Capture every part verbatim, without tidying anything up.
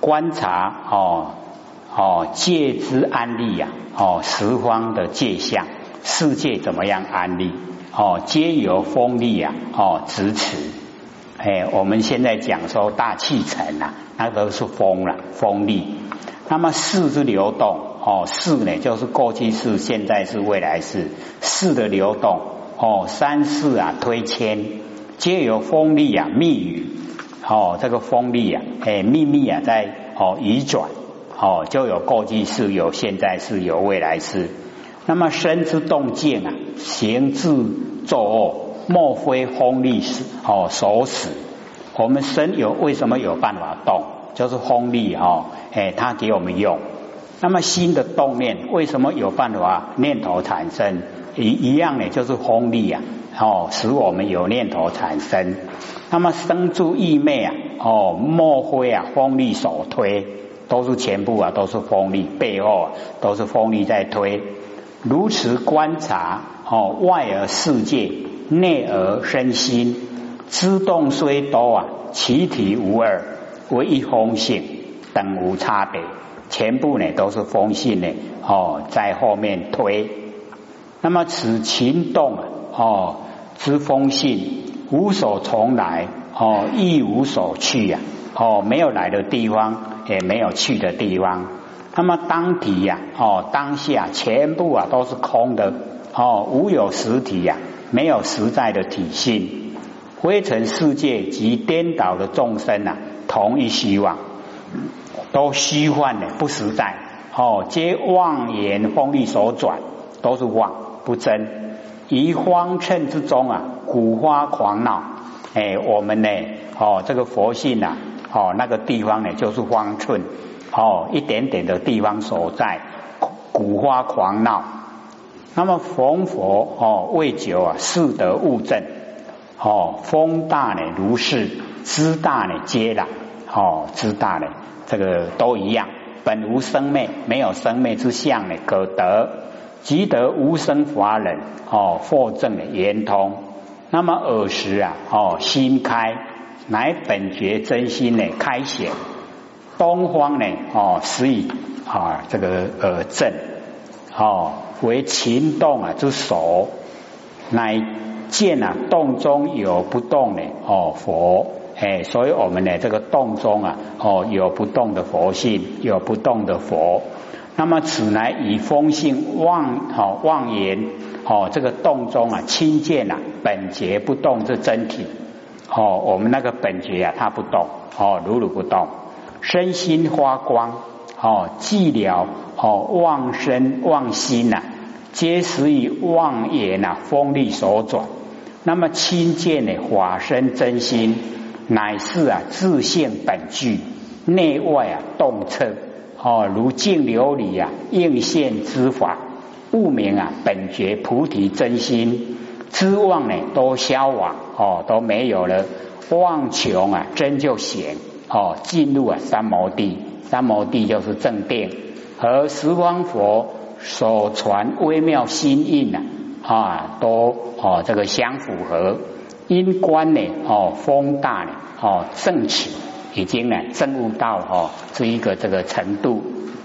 观察哦哦界之安立呀、啊、哦十方的界相，世界怎么样安立哦，皆由风力啊哦支持。哎，我们现在讲说大气层啊，那都是风了、啊，风力。那么事之流动哦，事呢就是过去式、现在式、未来式，事的流动哦，三世啊推迁，皆由风力啊密语哦，这个风力啊，哎秘密啊在哦移转哦，就有过去式、有现在式、有未来式。那么身之动静啊，行至作恶，莫非风力哦所使。我们身有为什么有办法动？就是风力哦，哎，它给我们用。那么心的动念为什么有办法念头产生？一一样呢，就是风力啊，哦，使我们有念头产生。那么生住意昧啊，哦，莫非啊风力所推，都是全部啊都是风力，背后啊都是风力在推。如此观察哦，外而世界，内而身心，知动虽多啊，其体无二，唯一风性，等无差别。全部呢都是风性呢哦，在后面推。那么此情动哦之风性，无所从来哦，亦无所去呀、啊、哦，没有来的地方，也没有去的地方。那么当体呀、啊、哦，当下全部啊都是空的哦，无有实体呀、啊，没有实在的体性。灰尘世界及颠倒的众生啊，同一虚妄，都虚幻的不实在哦，皆妄言风力所转，都是妄不真。于荒乘之中啊，古花狂闹。哎，我们呢哦，这个佛性啊哦，那个地方呢就是荒寸哦，一点点的地方所在，古花狂闹。那么逢佛哦，未久啊，事得悟证哦，风大呢如是，知大呢皆然哦，知大呢这个都一样，本无生灭，没有生灭之相呢可得，即得无生法忍哦，获证的圆通。那么尔时啊哦，心开，乃本觉真心呢开显，东方呢哦，使以啊这个呃正哦为情动啊之首，乃见啊动中有不动的哦佛。哎，所以我们呢这个动中啊哦有不动的佛性，有不动的佛。那么此乃以风性妄哦妄言哦，这个动中啊亲见啊本觉不动之真体哦，我们那个本觉啊它不动哦，如如不动，身心发光哦，寂寥哦妄身妄心呐、啊，皆使以妄言呐、啊、风力所转。那么亲见呢法身真心，乃是啊自性本具，内外啊动彻哦，如镜琉璃啊应现之法，悟明啊本觉菩提真心，知妄呢都消亡哦，都没有了，妄穷啊真就显哦，进入啊三摩地，三摩地就是正定，和十方佛所传微妙心印啊啊都哦这个相符合。因观呢哦风大呢哦正起，已经呢证悟到哦这一个这个程度。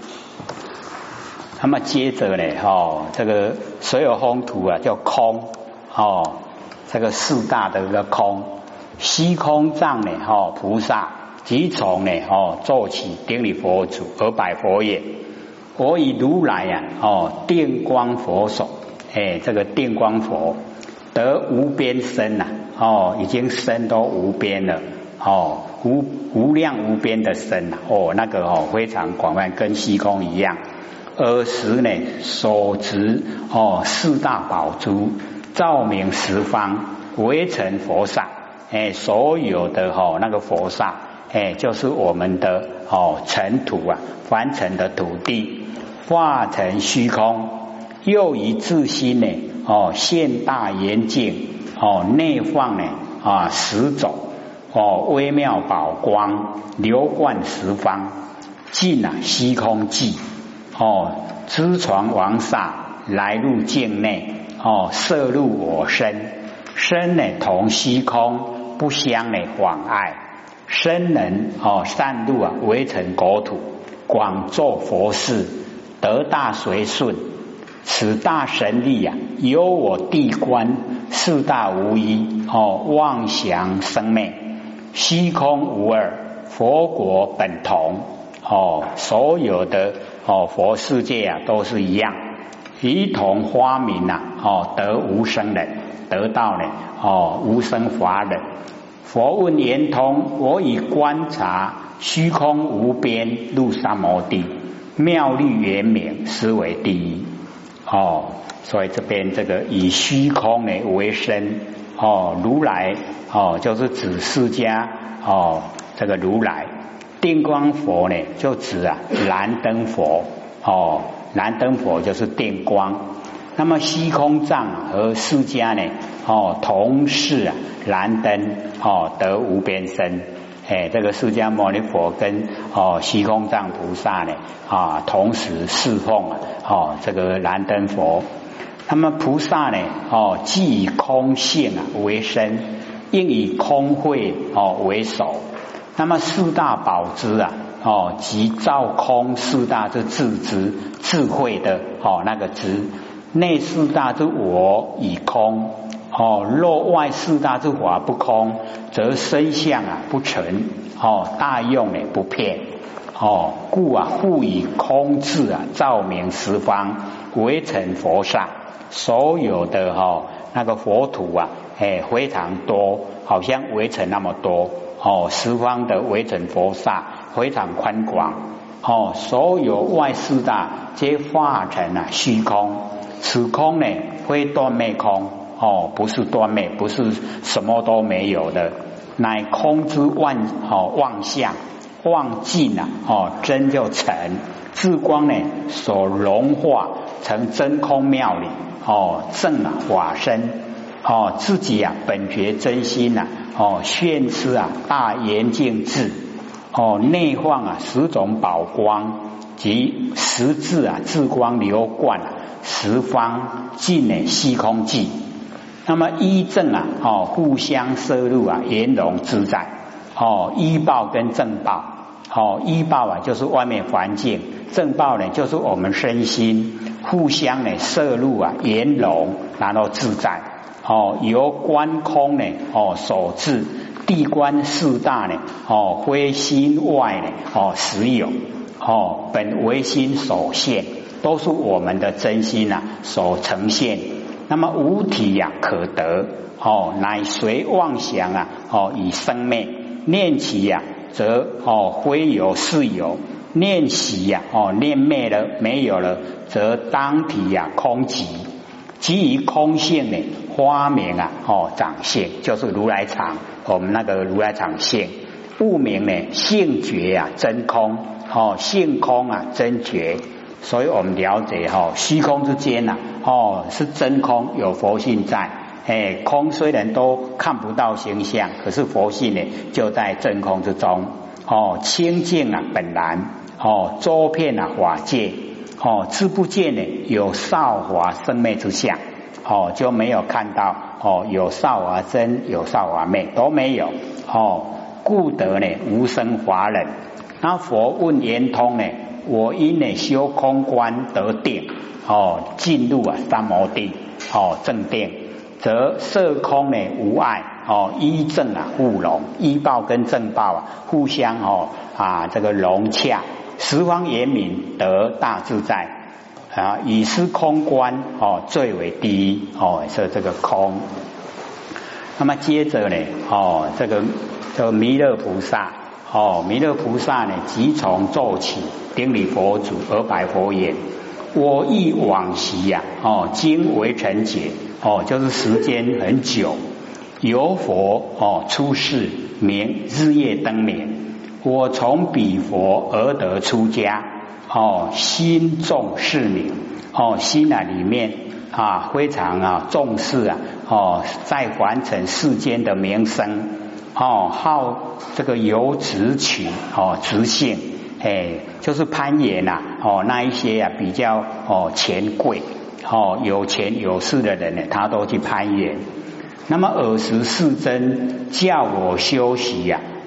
那么接着呢哦这个所有风土啊叫空哦，这个四大的这个空，虚空藏呢哦菩萨即从呢哦做起顶礼佛祖而拜佛也。我以如来啊哦定光佛手，哎这个定光佛得无边身呐、啊、哦，已经身都无边了哦，无无量无边的身呐、啊、哦，那个哦非常广泛，跟虚空一样。尔时呢，手持哦四大宝珠，照明十方，围成佛刹。哎，所有的哦那个佛刹，哎，就是我们的哦尘土啊，凡尘的土地，化成虚空，又以自心呢。哦，现大严净哦，内放呢啊十种哦，微妙宝光流贯十方，尽啊虚空寂哦，知床王刹来入境内哦，摄入我身，身呢同虚空不相呢妨碍， 僧人哦善入啊围城国土，广做佛事，得大随顺。此大神力啊，由我地观四大无一哦，妄想生灭，虚空无二，佛国本同哦，所有的哦佛世界啊都是一样，一同发明啊哦得无生人，得到呢哦无生法忍。佛问圆通，我以观察虚空无边入三摩地，妙律圆明，实为第一。哦，所以这边这个以虚空呢为身哦，如来哦就是指释迦哦，这个如来定光佛呢就指啊燃灯佛哦，燃灯佛就是定光。那么虚空藏和释迦呢哦同是啊燃灯哦得无边身。哎，这个释迦牟尼佛跟哦虚空藏菩萨呢啊同时侍奉啊哦这个燃灯佛。那么菩萨呢哦既以空性啊为身，应以空慧哦为首。那么四大宝支啊哦即照空四大之智之智慧的哦那个支，内四大之我以空。哦，若外四大之法不空，则身相啊不成，哦，大用也不骗，哦，故啊复以空智啊照明十方，围成佛刹，所有的哈、哦、那个佛土啊，哎非常多，好像围成那么多，哦，十方的围成佛刹非常宽广，哦，所有外四大皆化成啊虚空，此空呢非断灭空。哦，不是断灭，不是什么都没有的，乃空之万哦妄相，妄尽啊哦真就成，智光呢所融化成真空妙理哦正啊法身哦自己啊本觉真心呐、啊、哦现出啊大圆净智哦内放啊十种宝光及十智啊智光流贯啊十方尽呢虚空寂。那么依正啊，哦，互相摄入啊，圆融自在。哦，依报跟正报，哦，依报啊就是外面环境，正报呢就是我们身心互相呢摄入啊，圆融，然后自在。哦，由观空呢，哦所致，地观四大呢，哦非心外呢，哦实有，哦本唯心所现，都是我们的真心啊所呈现。那么无体呀、啊、可得哦，乃随妄想啊哦以生灭，念起呀、啊、则哦非有是有，念喜呀、啊、哦念灭了没有了，则当体呀、啊、空寂，基于空性呢花明啊哦长性，就是如来藏，我们那个如来藏性，悟明呢性觉啊真空哦性空啊真觉。所以我们了解哈、哦，虚空之间呐、啊，哦是真空，有佛性在。哎，空虽然都看不到形象，可是佛性呢就在真空之中。哦，清净啊本然，哦周遍啊法界，哦知不见呢有少华生灭之相，哦就没有看到哦有少华生有少华灭都没有。哦，故得呢无生法忍。那佛问圆通呢？我因呢修空观得定哦，进入啊三摩地哦正定，则色空呢无碍哦，依正啊互融，依报跟正报啊互相哦啊这个融洽，十方圆明得大自在啊，以是空观哦最为第一哦，是这个空。那么接着呢哦这个这个弥勒菩萨。哦，弥勒菩萨呢，即从奏起，顶礼佛祖而白佛言：我忆往昔呀、啊，哦，今为成劫，哦，就是时间很久，由佛哦出世，名日夜灯明。我从彼佛而得出家，哦，心重视名，哦，心啊里面啊非常啊重视啊，哦，在完成世间的名声。哦，好这个有直取哦，直性，哎，就是攀岩呐、啊，哦，那一些啊比较哦钱贵哦有钱有势的人呢，他都去攀岩。那么尔时世尊叫我修习呀、啊，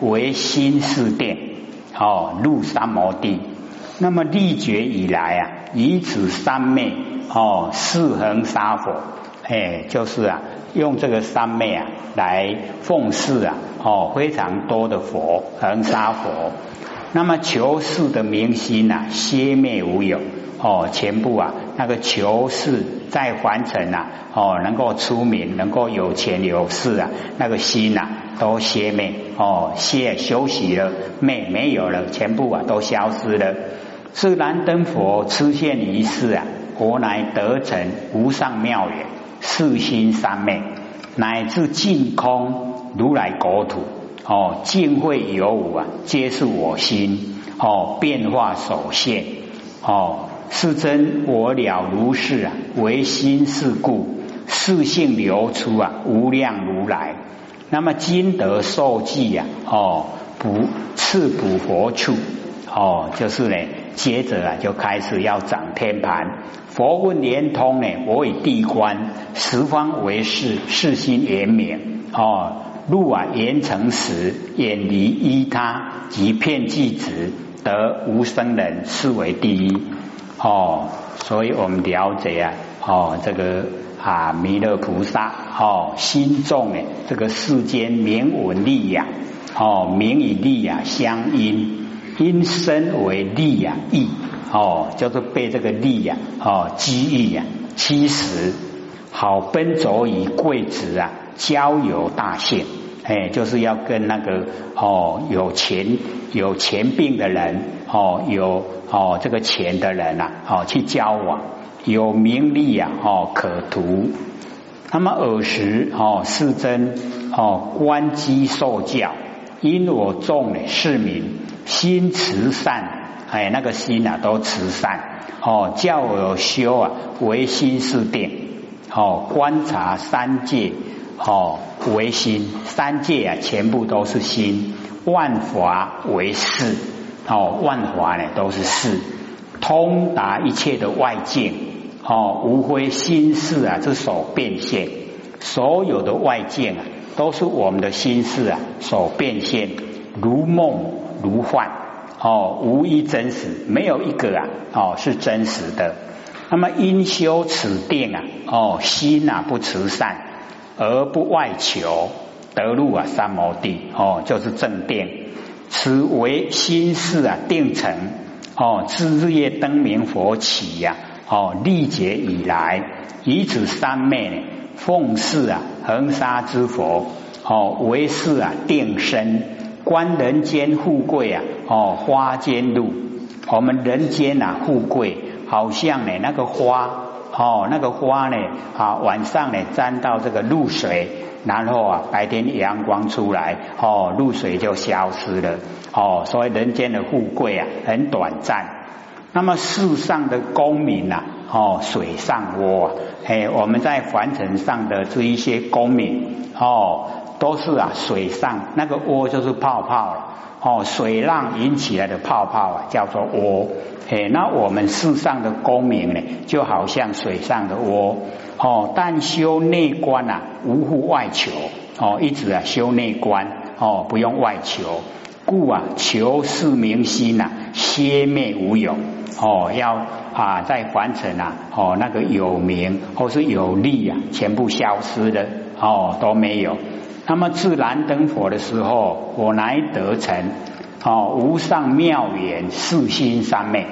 为心是定，哦，入三摩地。那么历劫以来啊，以此三昧哦，四恒沙佛，哎，就是啊，用这个三昧啊来奉事啊，哦，非常多的佛，恒沙佛。那么求事的明心啊，歇灭无有，哦，全部啊，那个求事在凡尘啊，哦，能够出名，能够有钱有势啊，那个心啊，都歇灭，哦，歇休息了，灭没有了，全部啊都消失了。是燃灯佛出现于世啊，我乃得成无上妙缘，四心三昧，乃至净空如来国土。哦，尽会有无啊，皆是我心。哦，变化所现。哦，是真我了如是啊，唯心是故，是性流出啊，无量如来。那么今得受记啊，哦，不次补佛处。哦，就是呢，接着啊，就开始要掌天盘。佛问连通呢，我以地观，十方为是，是心圆明。哦。路啊，严成实，远离依他，即遍计执，得无生人，是为第一。哦，所以我们了解啊，哦，这个啊，弥勒菩萨哦，心中呢，这个世间名闻利养，哦，名与利啊相因，因身为利啊益，哦，就是被这个利啊，哦，机遇啊欺蚀，好奔走以贵子啊。交友大幸，哎，就是要跟那个哦有钱有钱病的人，哦有哦这个钱的人啊，哦去交往，有名利啊，哦可图。那么尔时哦世尊哦观机受教，因我众呢是民心慈善，哎那个心啊都慈善，哦教我修啊唯心是定，哦观察三界。哦，为心，三界啊，全部都是心，万法为事，哦，万法呢都是事，通达一切的外境，哦，无非心事啊之所变现，所有的外境啊，都是我们的心事啊所变现，如梦如幻，哦，无一真实，没有一个啊，哦是真实的。那么因修此定啊，哦，心啊不慈善。而不外求，得入啊三摩地，哦，就是正定。此为心事啊定成，哦，自日夜灯明佛起呀、啊，哦，历劫以来，以此三昧呢，奉事啊恒沙之佛，哦，为是啊定身，观人间富贵啊，哦，花间露，我们人间啊富贵，好像呢那个花。哦，那个花呢啊，晚上呢沾到这个露水，然后啊白天阳光出来，哦，露水就消失了。哦，所以人间的富贵啊很短暂。那么世上的功名啊，哦，水上窝啊，哎，我们在凡尘上的这一些功名，哦，都是啊水上那个窝就是泡泡了。哦，水浪引起来的泡泡啊，叫做窝。哎，那我们世上的功名呢，就好像水上的窝。哦，但修内观啊，无复外求。哦，一直啊修内观，哦，不用外求。故啊，求是明心啊，歇灭无有。哦，要啊，在凡尘啊，哦，那个有名或是有利啊，全部消失了。哦，都没有。那么自燃灯佛的时候，我乃得成哦无上妙缘四心三昧。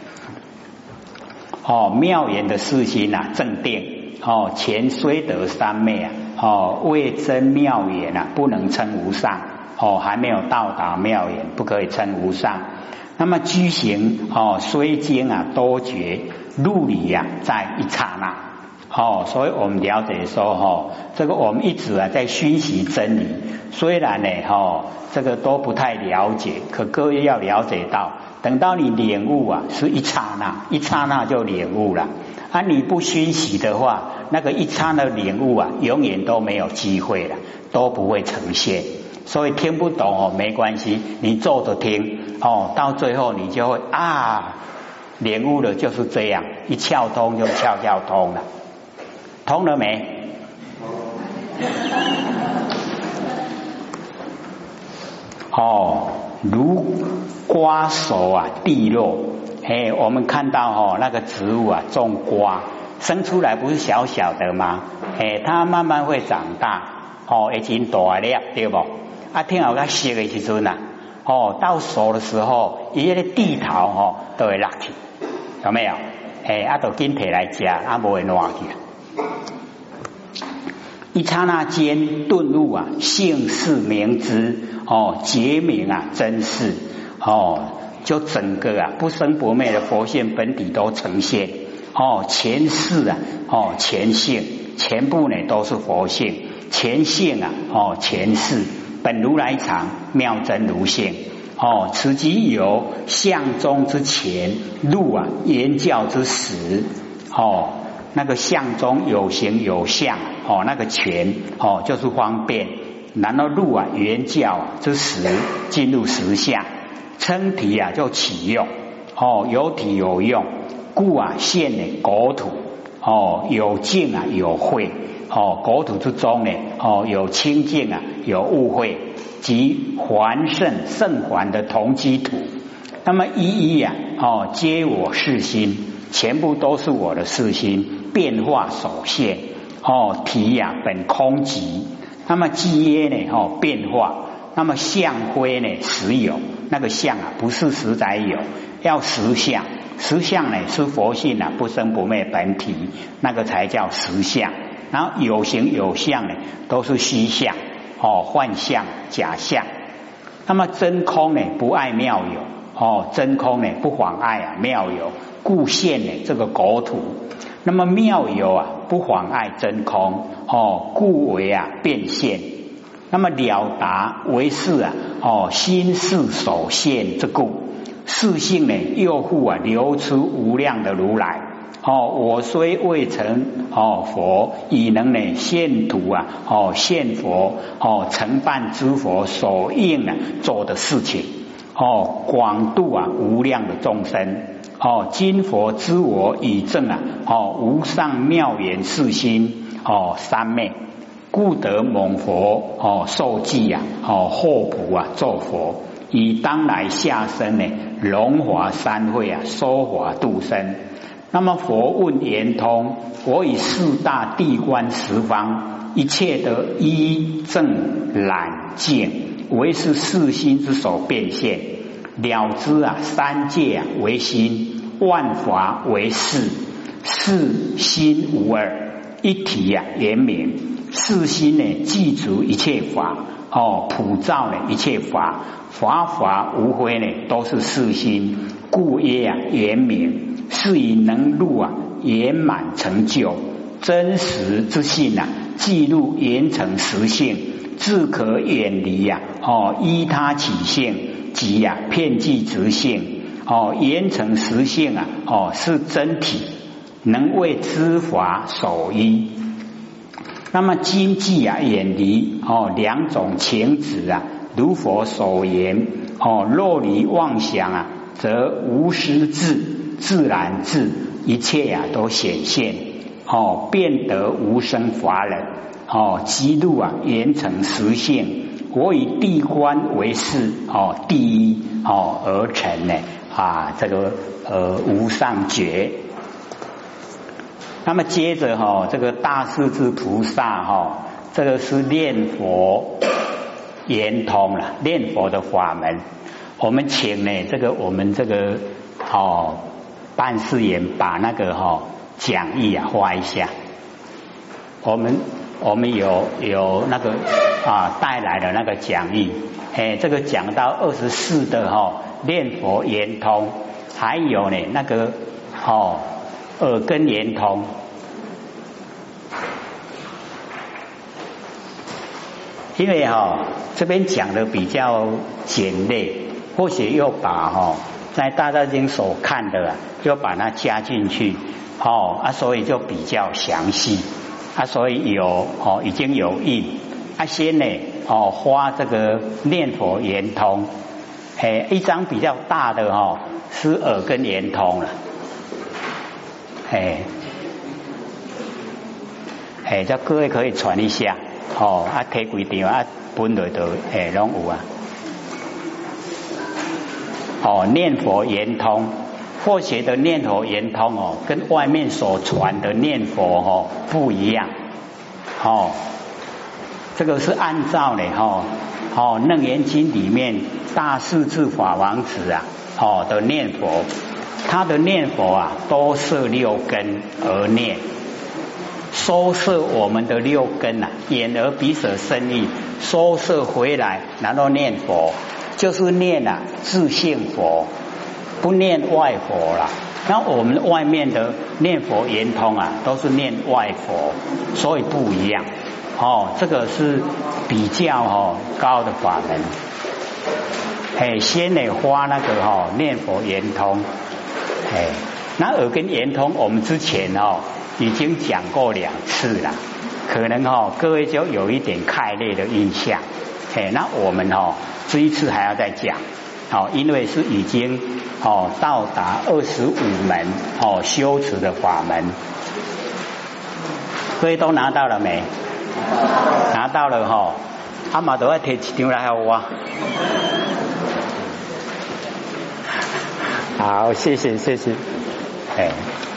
哦，妙缘的四心啊，正定哦，前虽得三昧啊，哦未真妙缘啊，不能称无上哦，还没有到达妙缘，不可以称无上。那么居行哦，虽经啊多觉，入理呀、啊，在一刹那。哦，所以我们了解说，哦，这个我们一直啊在熏习真理，虽然呢，哦，这个都不太了解，可各位要了解到，等到你领悟啊，是一刹那，一刹那就领悟了。啊，你不熏习的话，那个一刹那领悟啊，永远都没有机会了，都不会呈现。所以听不懂哦，没关系，你坐着听哦，到最后你就会啊，领悟了就是这样，一窍通就窍窍通了。通了没？ 哦，如瓜熟啊蒂落，哎，我们看到哦那个植物啊种瓜，生出来不是小小的吗？哎，它慢慢会长大，哦，已经大粒对不？啊，听好它熟的时阵啊，哦，到熟的时候，伊那个地头哦都会落去，有没有？哎，啊，都紧摕来吃，啊，无会烂去。一刹那间顿悟啊，性是明知哦，觉明啊，真是哦，就整个啊不生不灭的佛性本体都呈现哦，前世啊哦，前性全部呢都是佛性，前性啊哦，前世本如来藏，妙真如性哦，此即有相中之前，入啊言教之实哦。那个相中有形有相哦，那个全哦就是方便，然后入啊原教之实，进入实相，称体啊就起用哦，有体有用，故啊现呢国土哦，有净啊有秽哦，国土之中呢哦有清净啊有污秽，即还圣圣还的同基土，那么一一啊哦皆我是心，全部都是我的是心。变化所现哦，体呀、啊、本空寂，那么基耶呢哦变化，那么相非呢实有，那个相啊不是实在有，要实相，实相呢是佛性啊不生不灭本体，那个才叫实相。然后有形有相呢都是虚相哦，幻象假象。那么真空呢不爱妙有哦，真空呢不妨碍啊妙有，故现呢这个国土。那么妙有啊，不妨碍真空哦，故为啊变现。那么了达为是啊哦，心事所现之故，事性呢又复啊流出无量的如来哦。我虽未成哦佛，已能呢现土啊哦现佛哦，承办诸佛所应啊做的事情哦，广度啊无量的众生。哦，今佛知我以正啊，哦，无上妙言是心，哦，三昧，故得蒙佛，哦，受记啊，哦，后普啊，作佛，以当来下生呢，荣华三会啊，说法度生。那么佛问圆通，我以四大地观十方，一切的依正懒净，为是四心之所变现。了知啊，三界啊为心，万法为事，事心无二，一体啊圆明。事心呢，记足一切法哦，普照呢一切法，法法无非呢都是事心，故曰啊圆明，是以能入啊圆满成就真实之性啊，记录圆成实性，自可远离呀、啊、哦依他起性。即呀、啊，遍计直性哦，圆成实性啊哦，是真体，能为知法所依。那么经济啊，远离哦两种情执啊，如佛所言哦，若离妄想啊，则无实质，自然智，一切啊都显现哦，变得无生法忍哦，即入啊圆成实性。我以地观为是哦，第一哦而成呢啊，这个呃无上觉。那么接着哈、哦，这个大势至菩萨哈、哦，这个是念佛圆通了，念佛的法门。我们请呢，这个我们这个哦办事员把那个哈、哦、讲义啊画一下。我们我们有有那个。啊，带来的那个讲义，哎，这个讲到二十四的哈、哦，念佛圆通，还有呢那个哦耳根圆通，因为哈、哦、这边讲的比较简略，或许又把哈、哦、在大藏经所看的啊，又把它加进去，哦啊，所以就比较详细啊，所以有哦已经有印。啊，先呢，哦，花这个念佛圆通，哎，一张比较大的哈、哦，是耳根圆通了，哎，哎，这各位可以传一下，哦，啊，摕几张啊，本来就哎拢有啊， 哦念佛圆通，佛学的念佛圆通哦，跟外面所传的念佛哦不一样哦。这个是按照呢哦哦《楞严经》里面大势至法王子啊哦的念佛，他的念佛啊都摄六根而念，收摄我们的六根啊，眼耳鼻舌身意收摄回来，然后念佛，就是念啊自性佛，不念外佛啦。那我们外面的念佛圆通啊，都是念外佛，所以不一样哦。这个是比较哦高的法门。哎，先得花那个哦念佛圆通，哎，那耳根圆通，我们之前哦已经讲过两次了，可能哦各位就有一点概略的印象。哎，那我们哦这一次还要再讲。哦，因为是已经哦到达二十五门哦修持的法门，各位都拿到了没？拿到了哈、哦，阿妈都要提一张来给我。好，谢谢谢谢。哎，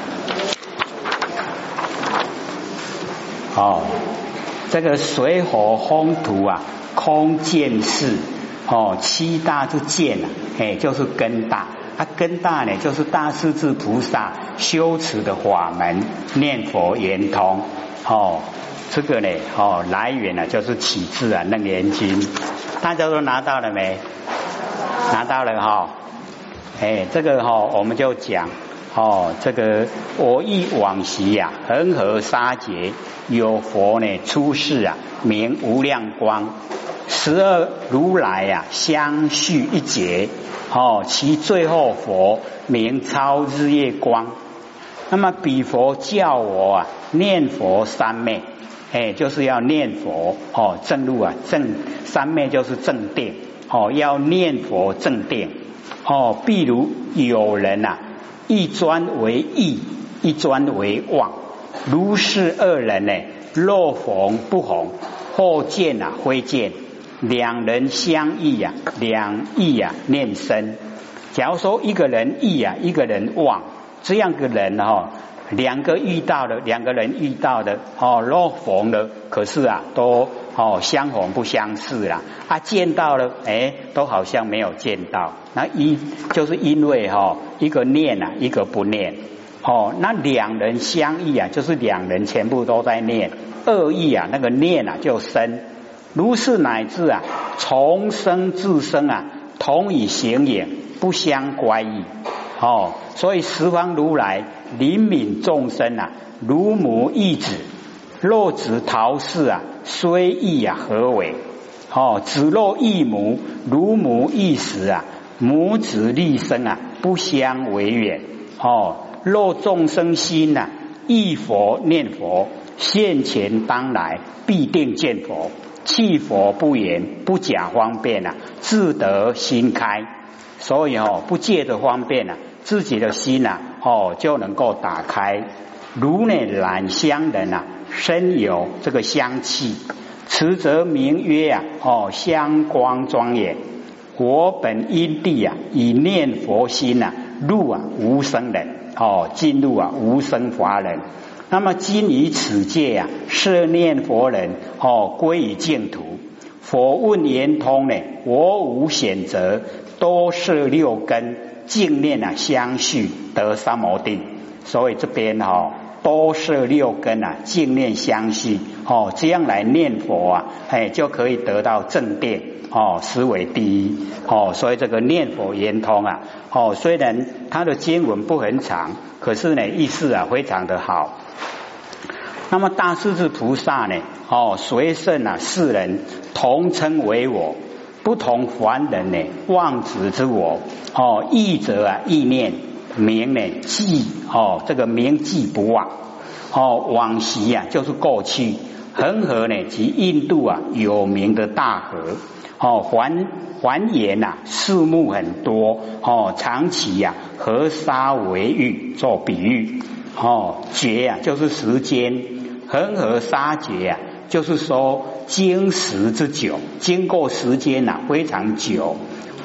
哦，这个水火风土啊，空见识。哦，七大之见啊，哎，就是根大。啊，根大呢，就是大势至菩萨修持的法门，念佛圆通。哦，这个呢，哦，来源呢、啊，就是起自啊《楞严经》。大家都拿到了没？拿到了哈、哦。哎，这个哈、哦，我们就讲哦，这个我忆往昔呀、啊，恒河沙劫有佛呢出世啊，名无量光。十二如来呀、啊，相续一劫，哦，其最后佛名超日月光。那么彼佛教我啊，念佛三昧，哎，就是要念佛哦，正入啊，正三昧就是正定哦，要念佛正定哦。譬如有人啊，一专为意，一专为妄，如是二人呢，若逢不逢，或见啊，非见。两人相异呀、啊，两意呀、啊、念身。假如说一个人意呀、啊，一个人妄，这样个人哦，两个遇到的，两个人遇到的哦，若逢了，可是啊，都哦相逢不相识啦。啊，见到了，哎，都好像没有见到。那一就是因为哈、哦，一个念啊，一个不念。哦，那两人相异啊，就是两人全部都在念，二意啊，那个念啊就生。如是乃至啊，从生至生啊，同以形影，不相乖异。哦，所以十方如来怜悯众生啊，如母忆子，若子逃世啊，虽异啊，何为？哦，子若忆母，如母忆时啊，母子立生啊，不相为远。哦，若众生心啊，忆佛念佛，现前当来，必定见佛。弃佛不言，不假方便啊，自得心开。所以哦，不借的方便啊，自己的心啊，哦就能够打开。如呢染香人啊，身有这个香气，此则名曰啊，哦香光庄严。我本因地啊，以念佛心啊，入啊无生人，哦进入啊无生法忍。那么今以此界啊，摄念佛人哦，归于净土。佛问圆通呢，我无选择，多摄六根，净念啊相续，得三摩定。所以这边哦，多摄六根啊，净念相续哦，这样来念佛啊，哎就可以得到正定哦，实为第一哦。所以这个念佛圆通啊，哦虽然它的经文不很长，可是呢意思啊非常的好。那么大势至菩萨呢？哦，随圣啊，世人同称为我，不同凡人呢，妄执之我。哦，意者啊，意念名呢记哦，这个名记不忘。哦，往昔啊，就是过去。恒河呢，即印度啊有名的大河。哦，环环岩呐，树木很多。哦，长期呀、啊，河沙为喻，做比喻。哦，劫啊，就是时间。恒河沙劫啊，就是说经时之久，经过时间啊非常久。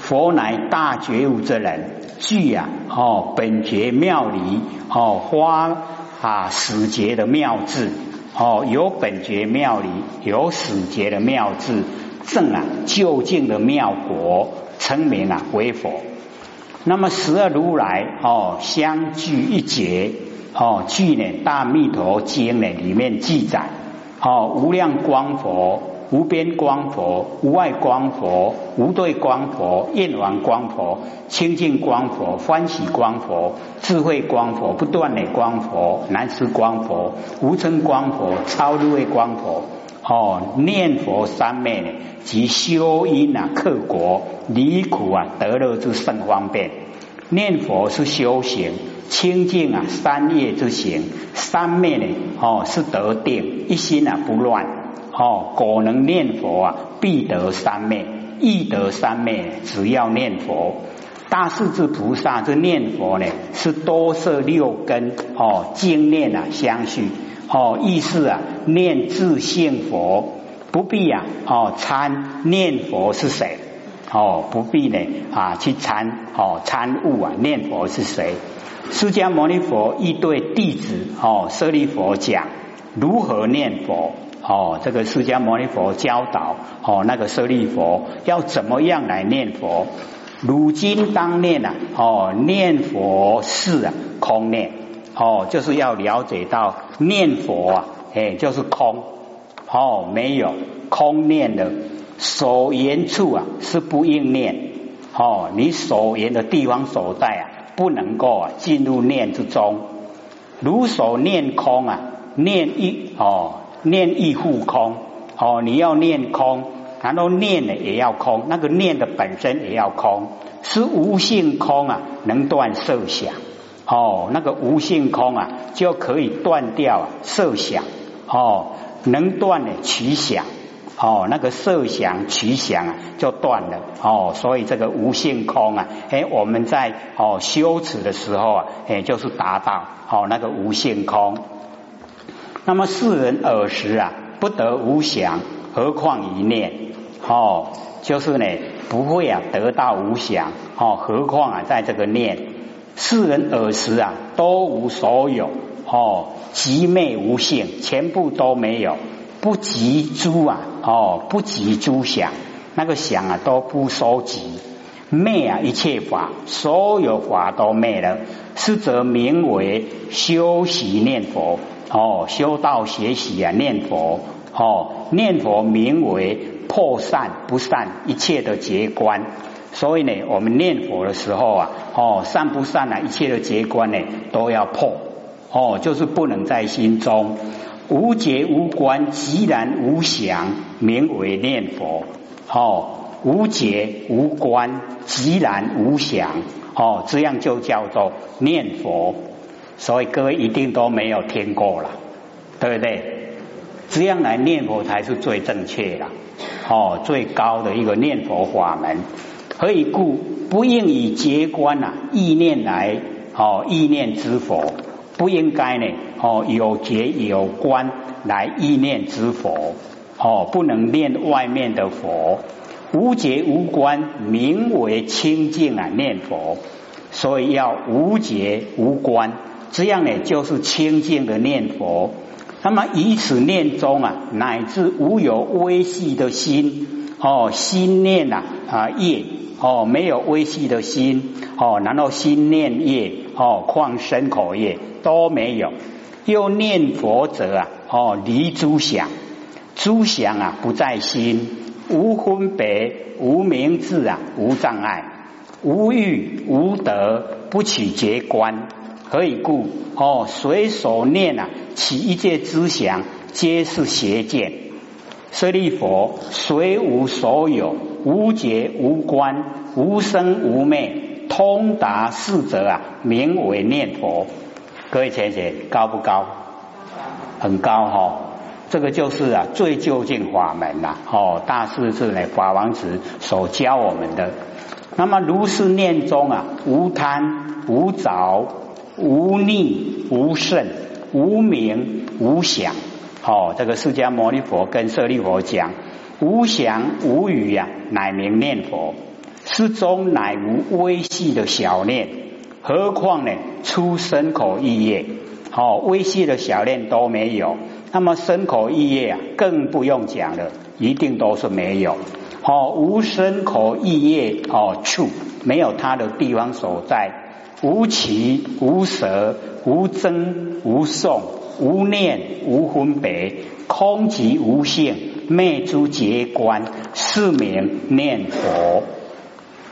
佛乃大觉悟之人，具啊哦本觉妙理哦花啊始觉的妙智哦，有本觉妙理，有始觉的妙智，证啊究竟的妙果，称名啊为佛。那么十二如来哦相具一劫哦，据呢大密陀经呢里面记载哦，无量光佛、无边光佛、无碍光佛、无对光佛、焰王光佛、清净光佛、欢喜光佛、智慧光佛、不断的光佛、南师光佛、无称光佛、超入位光佛哦，念佛三昧呢，即修因啊克果离苦啊得乐之甚方便。念佛是修行，清净啊三业之行，三昧呢哦是得定，一心啊不乱哦，果能念佛啊必得三昧，易得三昧，只要念佛。大势至菩萨这念佛呢是多摄六根哦，经念啊相续哦，意思啊念自性佛，不必啊哦参念佛是谁哦，不必呢啊去参哦参悟啊念佛是谁。释迦牟尼佛亦对弟子哦舍利弗讲如何念佛哦，这个释迦牟尼佛教导哦那个舍利弗要怎么样来念佛。如今当念啊哦念佛是啊空念哦，就是要了解到念佛啊哎就是空哦，没有空念的所言处啊是不应念哦，你所言的地方所在啊不能够啊进入念之中。如所念空啊，念一哦念一护空哦，你要念空，然后念的也要空，那个念的本身也要空，是无性空啊，能断色想哦，那个无性空啊就可以断掉啊色想哦，能断的取想哦，那个色想取想啊就断了哦，所以这个无性空啊，哎，我们在哦修持的时候啊，哎，就是达到哦那个无性空。那么世人尔时啊，不得无想，何况一念哦，就是呢不会啊得到无想哦，何况啊在这个念。世人尔时啊都无所有哦，即昧无性，全部都没有。不及诸啊哦，不及诸想，那个想啊都不收集，昧啊一切法，所有法都昧了，是则名为修习念佛哦，修道学习啊念佛哦，念佛名为破散不散一切的结观。所以呢，我们念佛的时候啊哦，散不散啊一切的结观呢都要破哦，就是不能在心中。无结无观，寂然无想，名为念佛哦，无结无观，寂然无想哦，这样就叫做念佛。所以各位一定都没有听过了，对不对？这样来念佛才是最正确的哦，最高的一个念佛法门。何以故？不应以结观啊意念来哦意念之佛，不应该呢哦有结有观来意念之佛哦，不能念外面的佛。无结无观，名为清净啊念佛。所以要无结无观，这样呢就是清净的念佛。那么以此念中啊，乃至无有微细的心哦，心念啊啊业哦，没有微细的心哦，然后心念业哦，况身口业都没有。又念佛者啊哦，离诸想，诸想啊不在心，无分别，无明智啊，无障碍，无欲无得，不取结观。何以故？哦，随所念啊起一切之想，皆是邪见。舍利弗，虽无所有，无结无观，无生无灭，通达四则啊，名为念佛。各位学姐，高不高？很高哈、哦。这个就是啊最究竟法门呐、啊，哦，大势至呢法王子所教我们的。那么如是念中啊，无贪无着无逆无胜无明无想。哦，这个释迦牟尼佛跟舍利弗讲，无想无语啊，乃名念佛。 世中乃无微细的小念，何况呢出身口意业？哦，微细的小念都没有，那么身口意业啊，更不用讲了，一定都是没有。哦，无身口意业哦处，没有它的地方所在，无起无舍无增无送无念无分别，空即无性，昧诸结观，是名念佛。